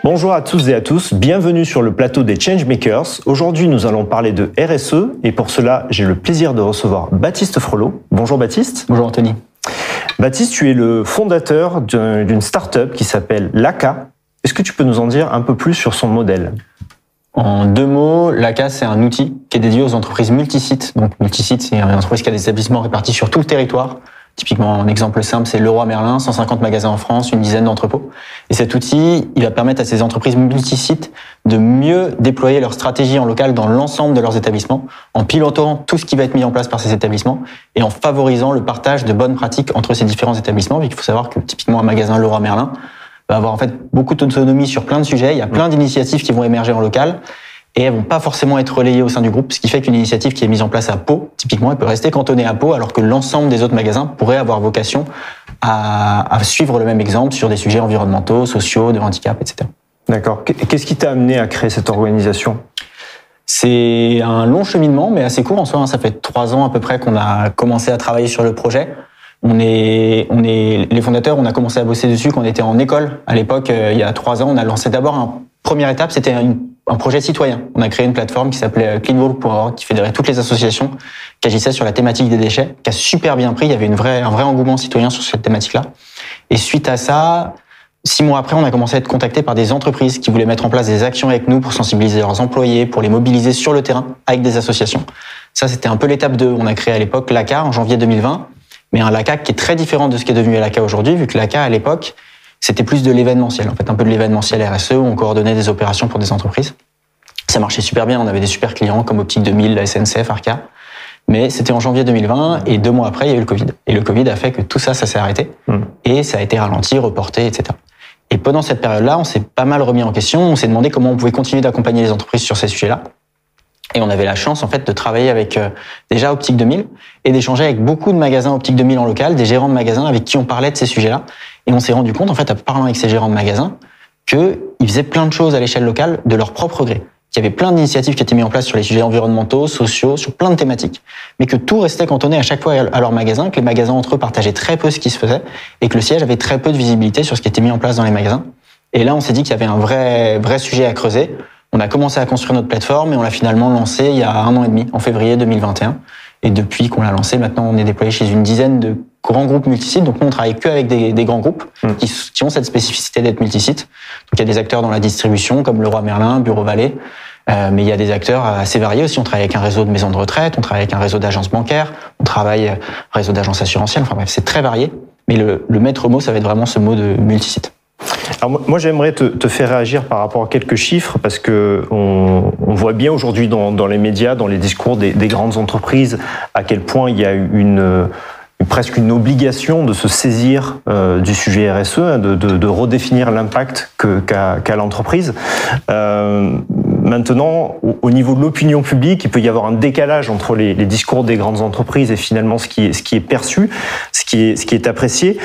Bonjour à tous et à tous, bienvenue sur le plateau des Changemakers. Aujourd'hui, nous allons parler de RSE et pour cela, j'ai le plaisir de recevoir Baptiste Frelot. Bonjour Baptiste. Bonjour Anthony. Baptiste, tu es le fondateur d'une start-up qui s'appelle Laka. Est-ce que tu peux nous en dire un peu plus sur son modèle ? En deux mots, Laka, c'est un outil qui est dédié aux entreprises multisites. Donc multisite, c'est une entreprise qui a des établissements répartis sur tout le territoire. Typiquement, un exemple simple, c'est Leroy Merlin, 150 magasins en France, une dizaine d'entrepôts. Et cet outil, il va permettre à ces entreprises multisites de mieux déployer leur stratégie en local dans l'ensemble de leurs établissements, en pilotant tout ce qui va être mis en place par ces établissements et en favorisant le partage de bonnes pratiques entre ces différents établissements. Il faut savoir que typiquement un magasin Leroy Merlin va avoir en fait beaucoup d'autonomie sur plein de sujets. Il y a plein d'initiatives qui vont émerger en local. Et elles vont pas forcément être relayées au sein du groupe, ce qui fait qu'une initiative qui est mise en place à Pau, typiquement, elle peut rester cantonnée à Pau, alors que l'ensemble des autres magasins pourraient avoir vocation à suivre le même exemple sur des sujets environnementaux, sociaux, de handicap, etc. D'accord. Qu'est-ce qui t'a amené à créer cette organisation ? C'est un long cheminement, mais assez court en soi. Ça fait 3 ans à peu près qu'on a commencé à travailler sur le projet. Les fondateurs, on a commencé à bosser dessus quand on était en école. À l'époque, il y a 3 ans, on a lancé d'abord première étape, c'était un projet citoyen. On a créé une plateforme qui s'appelait cleanwall.org, qui fédérait toutes les associations qui agissaient sur la thématique des déchets, qui a super bien pris. Il y avait un vrai engouement citoyen sur cette thématique-là. Et suite à ça, 6 mois après, on a commencé à être contacté par des entreprises qui voulaient mettre en place des actions avec nous pour sensibiliser leurs employés, pour les mobiliser sur le terrain avec des associations. Ça, c'était un peu l'étape 2. On a créé à l'époque Laka en janvier 2020, mais un Laka qui est très différent de ce qui est devenu Laka aujourd'hui, vu que Laka, à l'époque, c'était plus de l'événementiel, en fait, un peu de l'événementiel RSE, où on coordonnait des opérations pour des entreprises. Ça marchait super bien, on avait des super clients comme Optique 2000, la SNCF, Arca. Mais c'était en janvier 2020, et 2 mois après, il y a eu le Covid. Et le Covid a fait que tout ça s'est arrêté, et ça a été ralenti, reporté, etc. Et pendant cette période-là, on s'est pas mal remis en question, on s'est demandé comment on pouvait continuer d'accompagner les entreprises sur ces sujets-là. Et on avait la chance, en fait, de travailler avec déjà Optique 2000 et d'échanger avec beaucoup de magasins Optique 2000 en local, des gérants de magasins avec qui on parlait de ces sujets-là. Et on s'est rendu compte, en fait, en parlant avec ces gérants de magasins, qu'ils faisaient plein de choses à l'échelle locale de leur propre gré. Qu'il y avait plein d'initiatives qui étaient mises en place sur les sujets environnementaux, sociaux, sur plein de thématiques. Mais que tout restait cantonné à chaque fois à leur magasin, que les magasins entre eux partageaient très peu ce qui se faisait et que le siège avait très peu de visibilité sur ce qui était mis en place dans les magasins. Et là, on s'est dit qu'il y avait un vrai sujet à creuser. On a commencé à construire notre plateforme et on l'a finalement lancée il y a 1 an et demi, en février 2021. Et depuis qu'on l'a lancée, maintenant on est déployé chez une dizaine de grands groupes multisites. Donc nous, on travaille qu'avec des grands groupes qui ont cette spécificité d'être multisites. Donc il y a des acteurs dans la distribution comme Leroy Merlin, Bureau Vallée. Mais il y a des acteurs assez variés aussi. On travaille avec un réseau de maisons de retraite, on travaille avec un réseau d'agences bancaires, on travaille un réseau d'agences assurantielles. Enfin bref, c'est très varié. Mais le maître mot, ça va être vraiment ce mot de multisite. Alors moi j'aimerais te faire réagir par rapport à quelques chiffres parce que on voit bien aujourd'hui dans les médias, dans les discours des grandes entreprises, à quel point il y a presque une obligation de se saisir du sujet RSE, de redéfinir l'impact qu'a l'entreprise. Maintenant, au niveau de l'opinion publique, il peut y avoir un décalage entre les discours des grandes entreprises et finalement ce qui est perçu, ce qui est apprécié.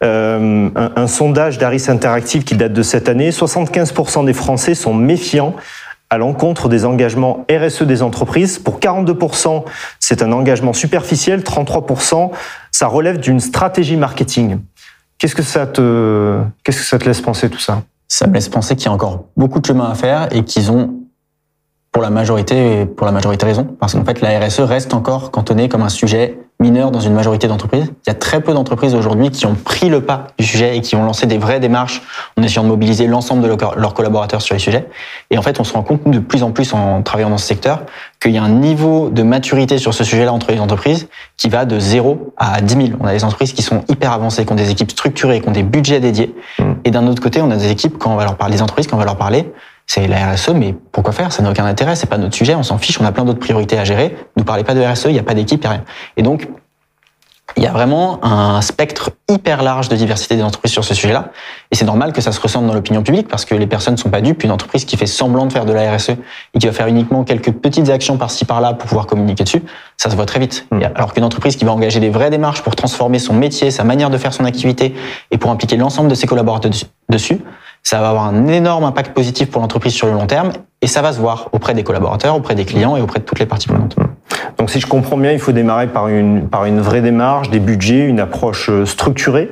Un sondage d'Harris Interactive qui date de cette année, 75% des Français sont méfiants à l'encontre des engagements RSE des entreprises. Pour 42%, c'est un engagement superficiel, 33%, ça relève d'une stratégie marketing. Qu'est-ce que ça te laisse penser tout ça ? Ça me laisse penser qu'il y a encore beaucoup de chemin à faire et qu'ils ont, pour la majorité raison, parce qu'en fait, la RSE reste encore cantonnée comme un sujet mineur dans une majorité d'entreprises. Il y a très peu d'entreprises aujourd'hui qui ont pris le pas du sujet et qui ont lancé des vraies démarches en essayant de mobiliser l'ensemble de leurs collaborateurs sur les sujets. Et en fait, on se rend compte de plus en plus en travaillant dans ce secteur qu'il y a un niveau de maturité sur ce sujet-là entre les entreprises qui va de 0 à 10 000. On a des entreprises qui sont hyper avancées, qui ont des équipes structurées, qui ont des budgets dédiés. Et d'un autre côté, on a des équipes, quand on va leur parler, des entreprises, quand on va leur parler, c'est la RSE, mais pourquoi faire ? Ça n'a aucun intérêt, c'est pas notre sujet, on s'en fiche, on a plein d'autres priorités à gérer. Ne nous parlez pas de RSE, il n'y a pas d'équipe, il n'y a rien. Et donc, il y a vraiment un spectre hyper large de diversité des entreprises sur ce sujet-là. Et c'est normal que ça se ressente dans l'opinion publique parce que les personnes ne sont pas dupes. Une entreprise qui fait semblant de faire de la RSE et qui va faire uniquement quelques petites actions par-ci par-là pour pouvoir communiquer dessus, ça se voit très vite. Alors qu'une entreprise qui va engager des vraies démarches pour transformer son métier, sa manière de faire son activité et pour impliquer l'ensemble de ses collaborateurs dessus, ça va avoir un énorme impact positif pour l'entreprise sur le long terme et ça va se voir auprès des collaborateurs, auprès des clients et auprès de toutes les parties prenantes. Donc si je comprends bien, il faut démarrer par une vraie démarche, des budgets, une approche structurée.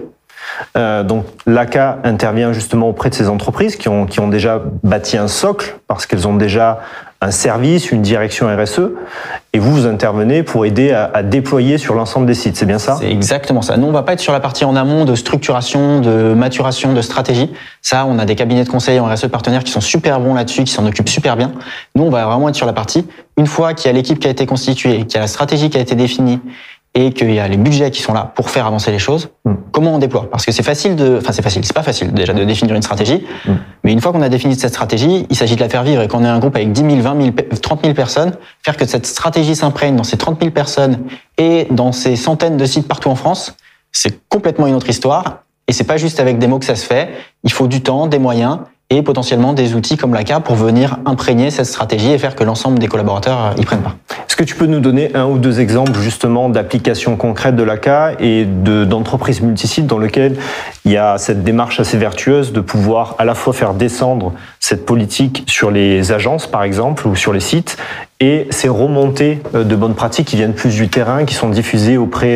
Donc l'ACA intervient justement auprès de ces entreprises qui ont déjà bâti un socle parce qu'elles ont déjà un service, une direction RSE, et vous intervenez pour aider à déployer sur l'ensemble des sites, c'est bien ça? C'est exactement ça. Nous, on va pas être sur la partie en amont de structuration, de maturation, de stratégie. Ça, on a des cabinets de conseil en RSE partenaires qui sont super bons là-dessus, qui s'en occupent super bien. Nous, on va vraiment être sur la partie, une fois qu'il y a l'équipe qui a été constituée, qu'il y a la stratégie qui a été définie, et qu'il y a les budgets qui sont là pour faire avancer les choses, comment on déploie? Parce que c'est pas facile déjà de définir une stratégie, mais une fois qu'on a défini cette stratégie, il s'agit de la faire vivre, et qu'on est un groupe avec 10 000, 20 000, 30 000 personnes, faire que cette stratégie s'imprègne dans ces 30 000 personnes et dans ces centaines de sites partout en France, c'est complètement une autre histoire, et c'est pas juste avec des mots que ça se fait, il faut du temps, des moyens, et potentiellement des outils comme l'ACA pour venir imprégner cette stratégie et faire que l'ensemble des collaborateurs y prennent part. Est-ce que tu peux nous donner un ou deux exemples justement d'applications concrètes de l'ACA et d'entreprises multisites dans lesquelles il y a cette démarche assez vertueuse de pouvoir à la fois faire descendre cette politique sur les agences par exemple ou sur les sites et ces remontées de bonnes pratiques qui viennent plus du terrain, qui sont diffusées auprès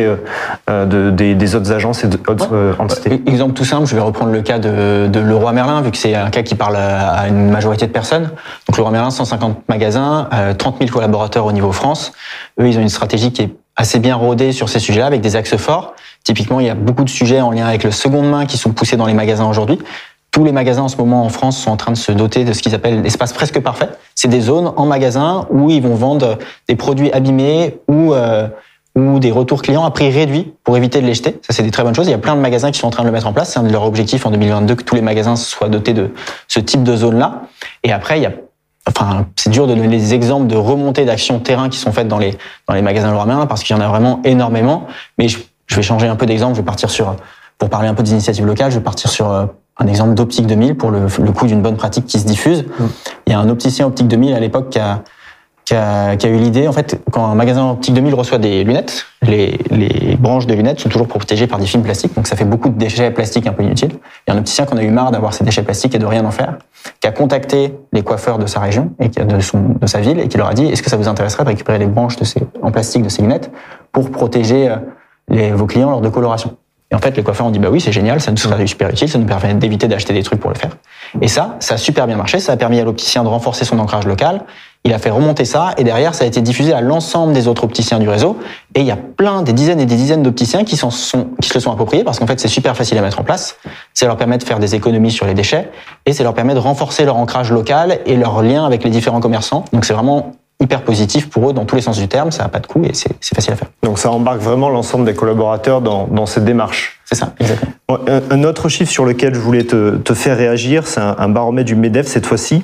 des autres agences et d'autres entités? Exemple tout simple, je vais reprendre le cas de Leroy Merlin, vu que c'est un cas qui parle à une majorité de personnes. Donc Leroy Merlin, 150 magasins, 30 000 collaborateurs au niveau France. Eux, ils ont une stratégie qui est assez bien rodée sur ces sujets-là, avec des axes forts. Typiquement, il y a beaucoup de sujets en lien avec le seconde main qui sont poussés dans les magasins aujourd'hui. Tous les magasins en ce moment en France sont en train de se doter de ce qu'ils appellent l'espace presque parfait. C'est des zones en magasin où ils vont vendre des produits abîmés ou des retours clients à prix réduit pour éviter de les jeter. Ça, c'est des très bonnes choses. Il y a plein de magasins qui sont en train de le mettre en place. C'est un de leurs objectifs en 2022 que tous les magasins soient dotés de ce type de zone-là. Et après, c'est dur de donner des exemples de remontées d'actions terrain qui sont faites dans les magasins Leroy Merlin parce qu'il y en a vraiment énormément. Mais je vais changer un peu d'exemple. Je vais partir pour parler un peu des initiatives locales, je vais partir sur un exemple d'Optique 2000 pour le coup d'une bonne pratique qui se diffuse. Il y a un opticien Optique 2000 à l'époque qui a eu l'idée, en fait, quand un magasin Optique 2000 reçoit des lunettes, les branches de lunettes sont toujours protégées par des films plastiques, donc ça fait beaucoup de déchets plastiques un peu inutiles. Il y a un opticien qui en a eu marre d'avoir ces déchets plastiques et de rien en faire, qui a contacté les coiffeurs de sa région et de sa ville et qui leur a dit: est-ce que ça vous intéresserait de récupérer les branches en plastique de ces lunettes pour protéger vos clients lors de coloration? Et en fait, les coiffeurs ont dit: bah oui, c'est génial, ça nous serait super utile, ça nous permet d'éviter d'acheter des trucs pour le faire. Et ça a super bien marché, ça a permis à l'opticien de renforcer son ancrage local, il a fait remonter ça, et derrière, ça a été diffusé à l'ensemble des autres opticiens du réseau, et il y a des dizaines et des dizaines d'opticiens qui se le sont appropriés, parce qu'en fait, c'est super facile à mettre en place, ça leur permet de faire des économies sur les déchets, et ça leur permet de renforcer leur ancrage local et leur lien avec les différents commerçants. Donc c'est vraiment hyper positif pour eux dans tous les sens du terme, ça n'a pas de coût et c'est facile à faire. Donc ça embarque vraiment l'ensemble des collaborateurs dans cette démarche. C'est ça, exactement. Un autre chiffre sur lequel je voulais te faire réagir, c'est un baromètre du MEDEF cette fois-ci.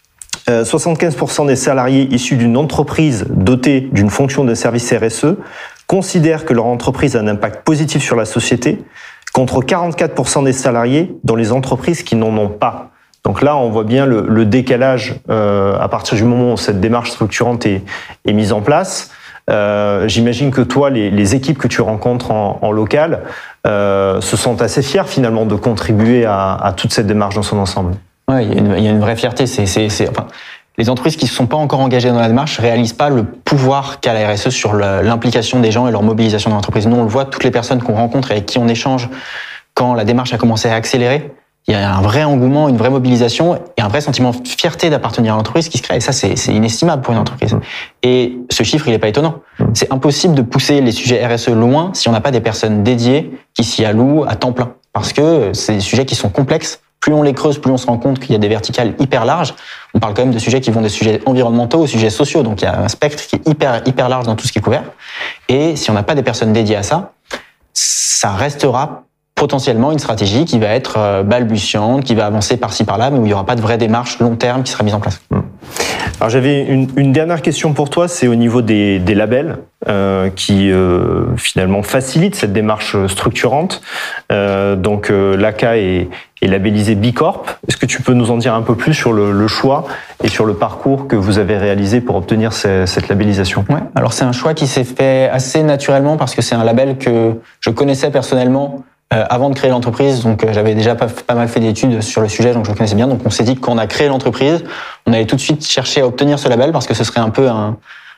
75% des salariés issus d'une entreprise dotée d'une fonction de service RSE considèrent que leur entreprise a un impact positif sur la société, contre 44% des salariés dans les entreprises qui n'en ont pas. Donc là, on voit bien le décalage à partir du moment où cette démarche structurante est mise en place. J'imagine que toi, les équipes que tu rencontres en local se sentent assez fiers finalement de contribuer à toute cette démarche dans son ensemble. Ouais, il y a une vraie fierté. Les entreprises qui ne sont pas encore engagées dans la démarche réalisent pas le pouvoir qu'a la RSE sur l'implication des gens et leur mobilisation dans l'entreprise. Nous, on le voit, toutes les personnes qu'on rencontre et avec qui on échange quand la démarche a commencé à accélérer, il y a un vrai engouement, une vraie mobilisation et un vrai sentiment de fierté d'appartenir à l'entreprise qui se crée. Et ça, c'est inestimable pour une entreprise. Et ce chiffre, il n'est pas étonnant. C'est impossible de pousser les sujets RSE loin si on n'a pas des personnes dédiées qui s'y allouent à temps plein. Parce que c'est des sujets qui sont complexes. Plus on les creuse, plus on se rend compte qu'il y a des verticales hyper larges. On parle quand même de sujets qui vont des sujets environnementaux aux sujets sociaux. Donc il y a un spectre qui est hyper large dans tout ce qui est couvert. Et si on n'a pas des personnes dédiées à ça, ça restera potentiellement une stratégie qui va être balbutiante, qui va avancer par-ci par-là, mais où il n'y aura pas de vraie démarche long terme qui sera mise en place. Alors j'avais une dernière question pour toi, c'est au niveau des labels qui finalement facilitent cette démarche structurante. Donc l'ACA est labellisé B Corp. Est-ce que tu peux nous en dire un peu plus sur le choix et sur le parcours que vous avez réalisé pour obtenir cette labellisation? Ouais. Alors c'est un choix qui s'est fait assez naturellement parce que c'est un label que je connaissais personnellement avant de créer l'entreprise, donc j'avais déjà pas mal fait d'études sur le sujet, donc je le connaissais bien. Donc on s'est dit que quand on a créé l'entreprise, on allait tout de suite chercher à obtenir ce label parce que ce serait un peu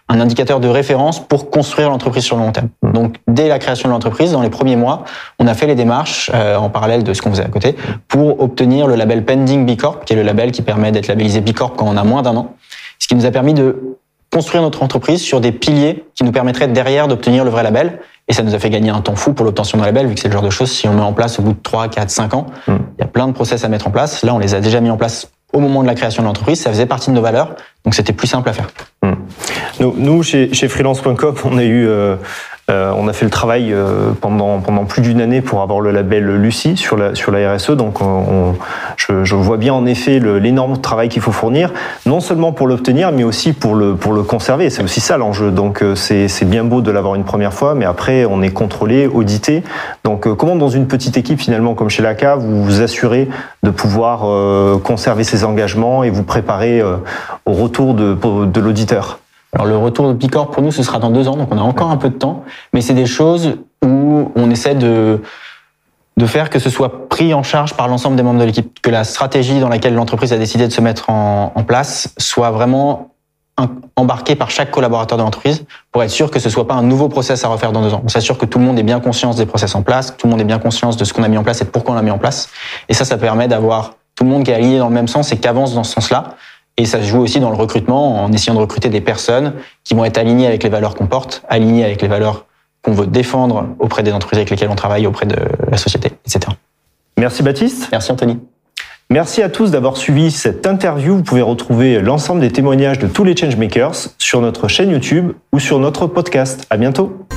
un indicateur de référence pour construire l'entreprise sur le long terme. Donc, dès la création de l'entreprise, dans les premiers mois, on a fait les démarches, en parallèle de ce qu'on faisait à côté, pour obtenir le label Pending B Corp, qui est le label qui permet d'être labellisé B Corp quand on a moins d'1 an. Ce qui nous a permis de construire notre entreprise sur des piliers qui nous permettraient derrière d'obtenir le vrai label. Et ça nous a fait gagner un temps fou pour l'obtention d'un label, vu que c'est le genre de choses, si on met en place au bout de 3, 4, 5 ans, il y a plein de process à mettre en place. Là, on les a déjà mis en place au moment de la création de l'entreprise. Ça faisait partie de nos valeurs, donc c'était plus simple à faire. Nous chez freelance.com, on a fait le travail pendant plus d'une année pour avoir le label Lucie sur la RSE. Donc, je vois bien en effet l'énorme travail qu'il faut fournir, non seulement pour l'obtenir, mais aussi pour le conserver. C'est aussi ça l'enjeu. Donc, c'est bien beau de l'avoir une première fois, mais après, on est contrôlé, audité. Donc, comment dans une petite équipe finalement comme chez Laka, vous vous assurez de pouvoir conserver ces engagements et vous préparer au retour de l'auditeur? Alors le retour de B Corp pour nous ce sera dans 2 ans, donc on a encore un peu de temps, mais c'est des choses où on essaie de faire que ce soit pris en charge par l'ensemble des membres de l'équipe, que la stratégie dans laquelle l'entreprise a décidé de se mettre en place soit vraiment embarquée par chaque collaborateur de l'entreprise pour être sûr que ce soit pas un nouveau process à refaire dans 2 ans. On s'assure que tout le monde ait bien conscience des process en place, que tout le monde ait bien conscience de ce qu'on a mis en place et de pourquoi on l'a mis en place. Et ça permet d'avoir tout le monde qui est aligné dans le même sens et qui avance dans ce sens-là. Et ça se joue aussi dans le recrutement, en essayant de recruter des personnes qui vont être alignées avec les valeurs qu'on porte, alignées avec les valeurs qu'on veut défendre auprès des entreprises avec lesquelles on travaille, auprès de la société, etc. Merci Baptiste. Merci Anthony. Merci à tous d'avoir suivi cette interview. Vous pouvez retrouver l'ensemble des témoignages de tous les Changemakers sur notre chaîne YouTube ou sur notre podcast. À bientôt.